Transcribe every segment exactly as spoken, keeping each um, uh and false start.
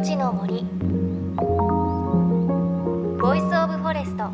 命の森ボイスオブフォレスト。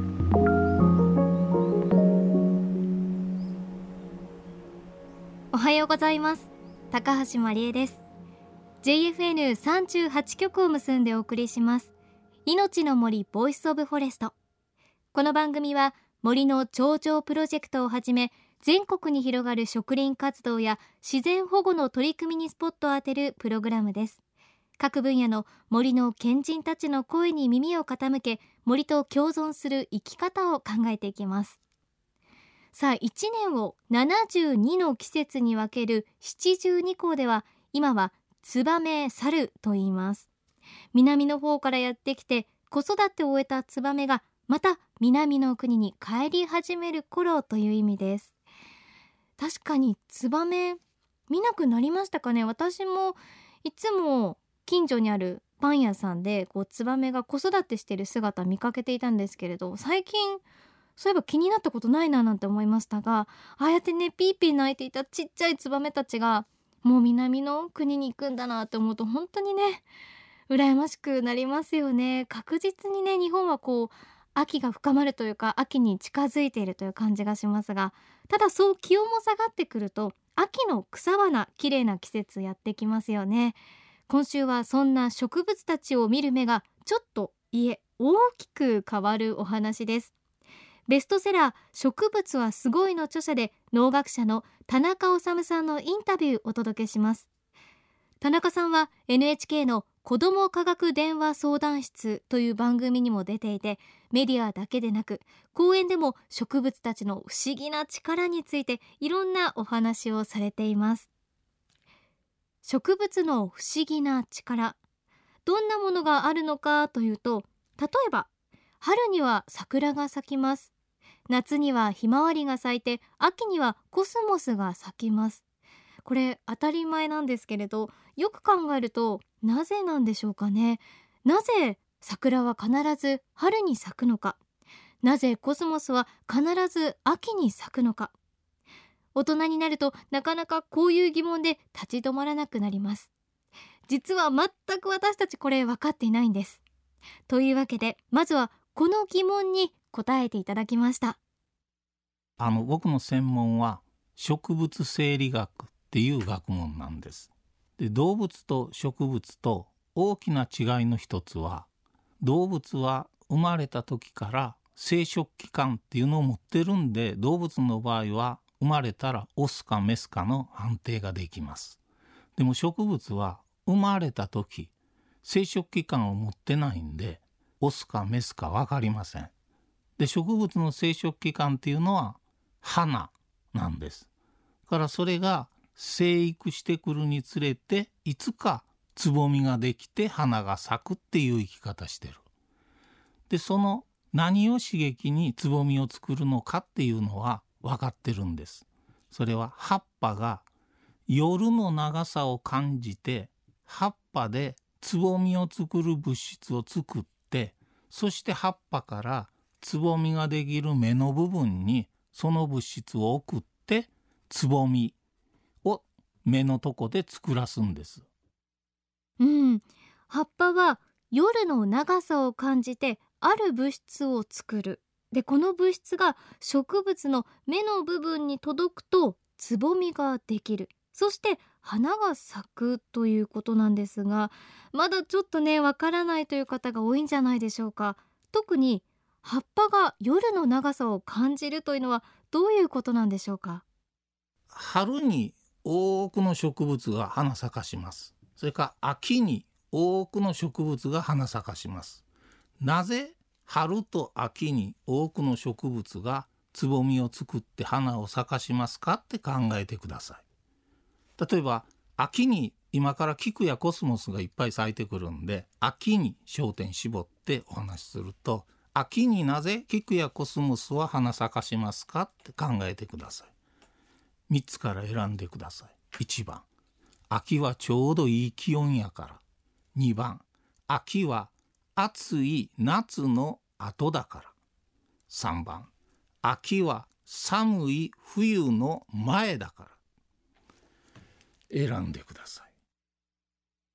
おはようございます。高橋真理恵です。 ジェイエフエヌさんじゅうはち 局を結んでお送りします命の森ボイスオブフォレスト。この番組は森の頂上プロジェクトをはじめ全国に広がる植林活動や自然保護の取り組みにスポットを当てるプログラムです。各分野の森の賢人たちの声に耳を傾け、森と共存する生き方を考えていきます。さあ、いちねんをななじゅうにの季節に分ける七十二候では、今はツバメ猿と言います。南の方からやってきて子育てを終えたツバメがまた南の国に帰り始める頃という意味です。確かにツバメ見なくなりましたかね。私もいつも近所にあるパン屋さんでこうツバメが子育てしている姿見かけていたんですけれど、最近そういえば気になったことないななんて思いましたが、ああやってねピーピー鳴いていたちっちゃいツバメたちがもう南の国に行くんだなって思うと本当にね羨ましくなりますよね。確実にね日本はこう秋が深まるというか秋に近づいているという感じがしますが、ただそう気温も下がってくると秋の草花綺麗な季節やってきますよね。今週はそんな植物たちを見る目がちょっといえ大きく変わるお話です。ベストセラー植物はすごいの著者で農学者の田中治さんのインタビューをお届けします。田中さんは エヌエイチケー の子ども科学電話相談室という番組にも出ていて、メディアだけでなく講演でも植物たちの不思議な力についていろんなお話をされています。植物の不思議な力、どんなものがあるのかというと、例えば春には桜が咲きます。夏にはひまわりが咲いて、秋にはコスモスが咲きます。これ当たり前なんですけれど、よく考えるとなぜなんでしょうかね。なぜ桜は必ず春に咲くのか、なぜコスモスは必ず秋に咲くのか。大人になるとなかなかこういう疑問で立ち止まらなくなります。実は全く私たちこれ分かっていないんです。というわけでまずはこの疑問に答えていただきました。 あの僕の専門は植物生理学っていう学問なんです。で、動物と植物と大きな違いの一つは、動物は生まれた時から生殖器官っていうのを持ってるんで、動物の場合は生まれたらオスかメスかの判定ができます。でも植物は生まれた時生殖器官を持ってないんで、オスかメスか分かりません。で、植物の生殖器官っていうのは花なんです。だからそれが生育してくるにつれて、いつかつぼみができて花が咲くっていう生き方してる。で、その何を刺激につぼみを作るのかっていうのは分かってるんです。それは葉っぱが夜の長さを感じて、葉っぱでつぼみを作る物質を作って、そして葉っぱからつぼみができる芽の部分にその物質を送って、つぼみを芽のとこで作らすんです。 うん、葉っぱは夜の長さを感じてある物質を作る。で、この物質が植物の芽の部分に届くとつぼみができる。そして花が咲くということなんですが、まだちょっとねわからないという方が多いんじゃないでしょうか。特に葉っぱが夜の長さを感じるというのはどういうことなんでしょうか。 春に多くの植物が花咲かします。それから秋に多くの植物が花咲かします。なぜ春と秋に多くの植物がつぼみを作って花を咲かしますかって考えてください。例えば秋に今から菊やコスモスがいっぱい咲いてくるんで、秋に焦点絞ってお話しすると、秋になぜ菊やコスモスは花咲かしますかって考えてください。みっつから選んでください。いちばん、秋はちょうどいい気温やから。にばん、秋は暑い夏の後だから。さんばん、秋は寒い冬の前だから。選んでください。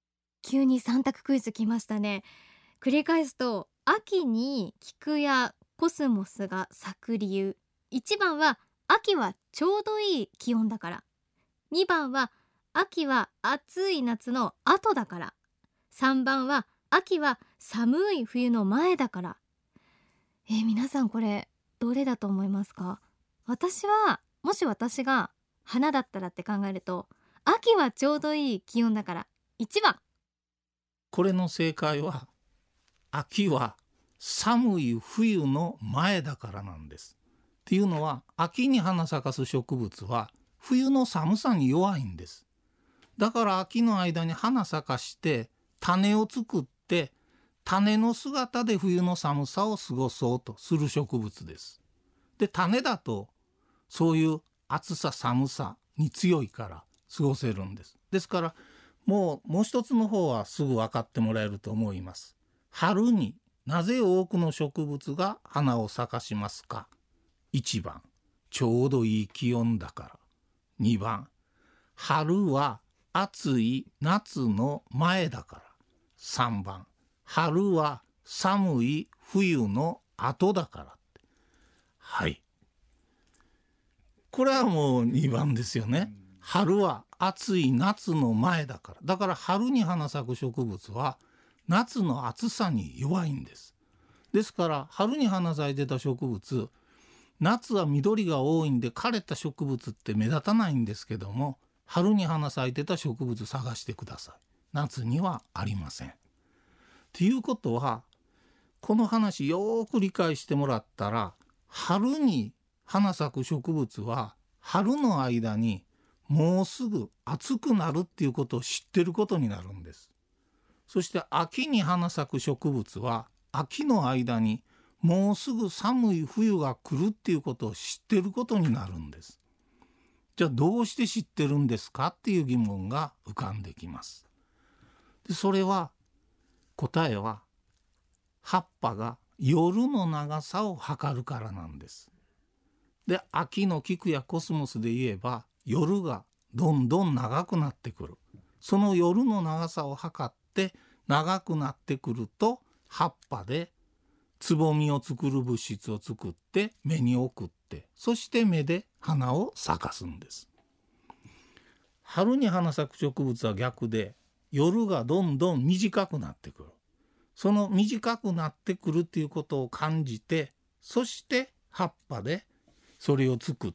急にさん択クイズきましたね。繰り返すと、秋に菊やコスモスが咲く理由。いちばんは秋はちょうどいい気温だから。にばんは秋は暑い夏の後だから。さんばんは秋は寒い冬の前だから。えー、皆さんこれどれだと思いますか？私は、もし私が花だったらって考えると、秋はちょうどいい気温だからいちばん。 これの正解は、秋は寒い冬の前だからなんです。っていうのは、秋に花咲かす植物は冬の寒さに弱いんです。だから秋の間に花咲かして種を作って、種の姿で冬の寒さを過ごそうとする植物です。で、種だとそういう暑さ寒さに強いから過ごせるんです。ですからもうもう一つの方はすぐ分かってもらえると思います。春になぜ多くの植物が花を咲かしますか？いちばん、ちょうどいい気温だから。にばん、春は暑い夏の前だから。さんばん、春は寒い冬の後だから。はい。これはもうにばんですよね。春は暑い夏の前だから。だから春に花咲く植物は夏の暑さに弱いんです。ですから春に花咲いてた植物、夏は緑が多いんで枯れた植物って目立たないんですけども、春に花咲いてた植物探してください。夏にはありません。っていうことは、この話よく理解してもらったら、春に花咲く植物は春の間にもうすぐ暑くなるっていうことを知ってることになるんです。そして秋に花咲く植物は秋の間にもうすぐ寒い冬が来るっていうことを知ってることになるんです。じゃあどうして知ってるんですかっていう疑問が浮かんできます。でそれは、答えは葉っぱが夜の長さを測るからなんです。で、秋の菊やコスモスで言えば夜がどんどん長くなってくる。その夜の長さを測って長くなってくると、葉っぱでつぼみを作る物質を作って芽に送って、そして芽で花を咲かすんです。春に花咲く植物は逆で、夜がどんどん短くなってくる。その短くなってくるっていうことを感じて、そして葉っぱでそれを作って、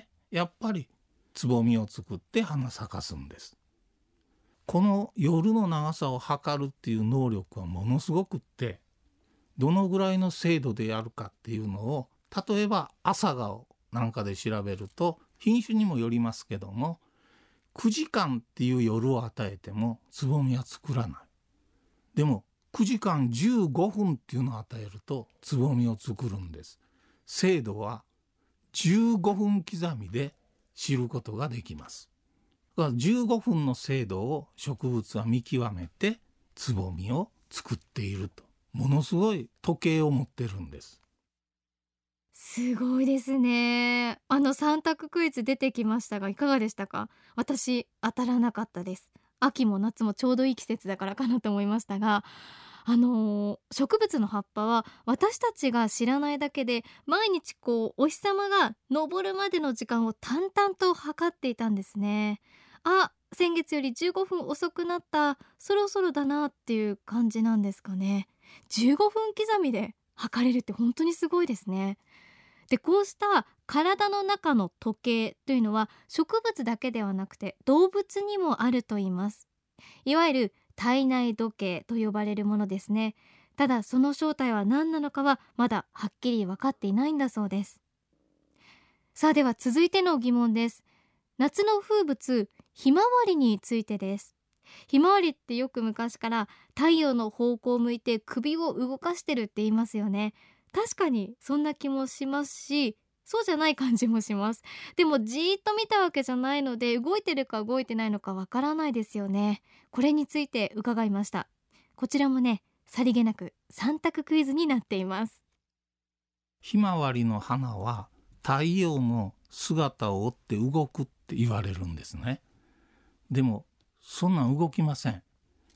やっぱりつぼみを作って花咲かすんです。この夜の長さを測るっていう能力はものすごくって、どのぐらいの精度でやるかっていうのを、例えば朝顔なんかで調べると、品種にもよりますけども、くじかんっていう夜を与えてもつぼみは作らない。でもくじかんじゅうごふんっていうのを与えるとつぼみを作るんです。精度はじゅうごふん刻みで知ることができます。だからじゅうごふんの精度を植物は見極めてつぼみを作っていると、ものすごい時計を持ってるんです。 すごいですね。あのさん択クイズ出てきましたが、いかがでしたか？私当たらなかったです。秋も夏もちょうどいい季節だからかなと思いましたが、あのー植物の葉っぱは私たちが知らないだけで、毎日こうお日様が昇るまでの時間を淡々と測っていたんですね。あ、先月よりじゅうごふん遅くなった、そろそろだなっていう感じなんですかね。じゅうごふん刻みで測れるって本当にすごいですね。で、こうした体の中の時計というのは植物だけではなくて動物にもあると言います。いわゆる体内時計と呼ばれるものですね。ただその正体は何なのかはまだはっきり分かっていないんだそうです。さあ、では続いての疑問です。夏の風物ひまわりについてです。ひまわりってよく昔から太陽の方向を向いて首を動かしてるって言いますよね。確かにそんな気もしますし、そうじゃない感じもします。でもじーっと見たわけじゃないので、動いてるか動いてないのかわからないですよね。これについて伺いました。こちらもね、さりげなくさん択クイズになっています。 ひまわりの花は太陽の姿を追って動くって言われるんですね。でもそんなん動きません。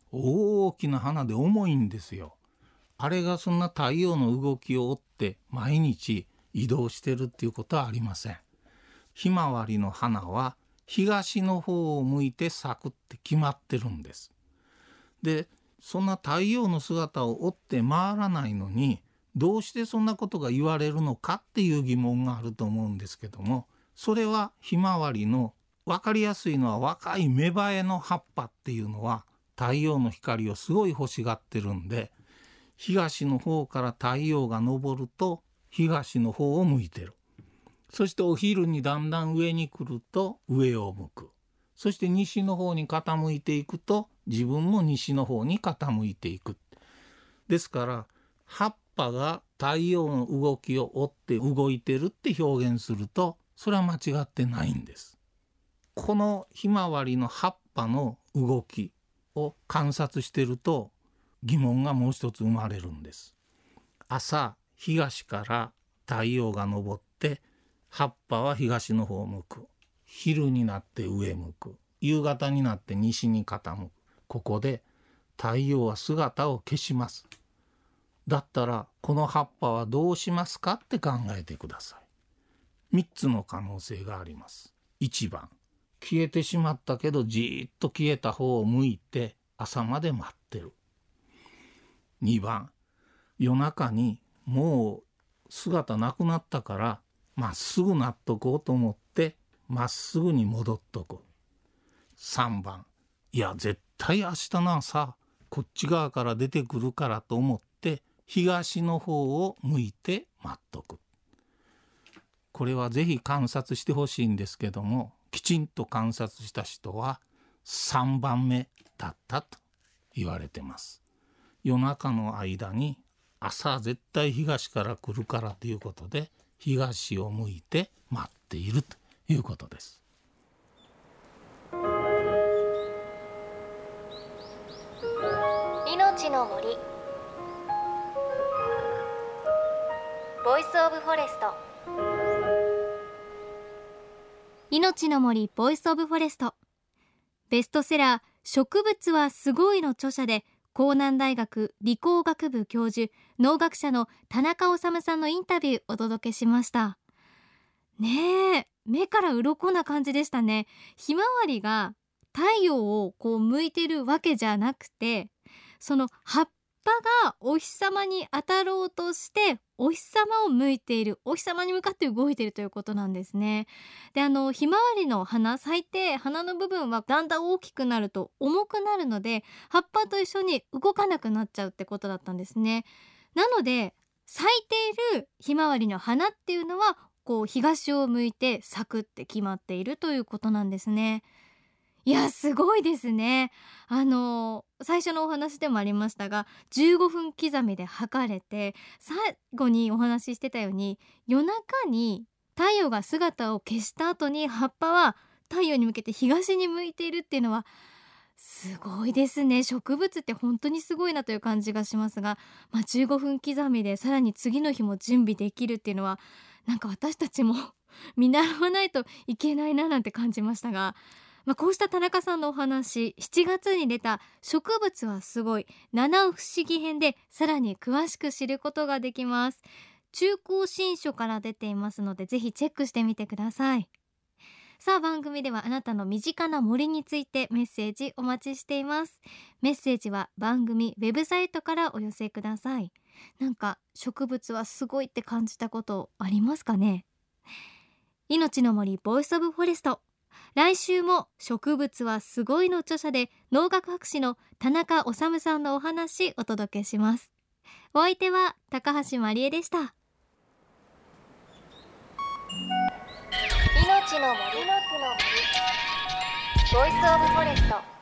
大きな花で重いんですよ。あれがそんな太陽の動きを追って毎日移動してるっていうことはありません。ひまわりの花は東の方を向いて咲くって決まってるんです。で、そんな太陽の姿を追って回らないのに、どうしてそんなことが言われるのかっていう疑問があると思うんですけども、それはひまわりの分かりやすいのは、若い芽生えの葉っぱっていうのは太陽の光をすごい欲しがってるんで、東の方から太陽が昇ると東の方を向いてる。そしてお昼にだんだん上に来ると上を向く。そして西の方に傾いていくと自分も西の方に傾いていく。ですから葉っぱが太陽の動きを追って動いてるって表現すると、それは間違ってないんです。このひまわりの葉っぱの動きを観察してると疑問がもう一つ生まれるんです。朝東から太陽が昇って葉っぱは東の方を向く。昼になって上向く。夕方になって西に傾く。ここで太陽は姿を消します。だったらこの葉っぱはどうしますかって考えてください。みっつの可能性があります。いちばん、消えてしまったけどじーっと消えた方を向いて朝まで待ってる。にばん、夜中にもう姿なくなったからまっすぐなっとこうと思ってまっすぐに戻っとく。さんばん、いや絶対明日の朝こっち側から出てくるからと思って東の方を向いて待っとく。これはぜひ観察してほしいんですけども、きちんと観察した人はさんばんめだったと言われてます。夜中の間に朝絶対東から来るからということで東を向いて待っているということです。 命の森ボイスオブフォレスト。命の森ボイスオブフォレスト。ベストセラー植物はすごいの著者で甲南大学理工学部教授、農学者の田中治さんのインタビューお届けしました。ねえ、目から鱗な感じでしたね。ひまわりが太陽をこう向いてるわけじゃなくて、その葉っぱがお日様に当たろうとしてお日様を向いている、お日様に向かって動いているということなんですね。で、あのひまわりの花、咲いて花の部分はだんだん大きくなると重くなるので、葉っぱと一緒に動かなくなっちゃうってことだったんですね。なので咲いているひまわりの花っていうのはこう東を向いて咲くって決まっているということなんですね。いや、すごいですね。あの最初のお話でもありましたが、じゅうごふん刻みで測れて、最後にお話ししてたように夜中に太陽が姿を消した後に葉っぱは太陽に向けて東に向いているっていうのはすごいですね。植物って本当にすごいなという感じがしますが、まあ、じゅうごふん刻みでさらに次の日も準備できるっていうのは、なんか私たちも見習わないといけないななんて感じましたが、まあ、こうした田中さんのお話、しちがつに出た植物はすごいなな不思議編でさらに詳しく知ることができます。中高新書から出ていますので、ぜひチェックしてみてください。さあ、番組ではあなたの身近な森についてメッセージお待ちしています。メッセージは番組ウェブサイトからお寄せください。なんか植物はすごいって感じたことありますかね。命の森ボイスオブフォレスト、来週も植物はすごいの著者で農学博士の田中治さんのお話お届けします。お相手は高橋まりえでした。命の森ボイスオブフォレスト。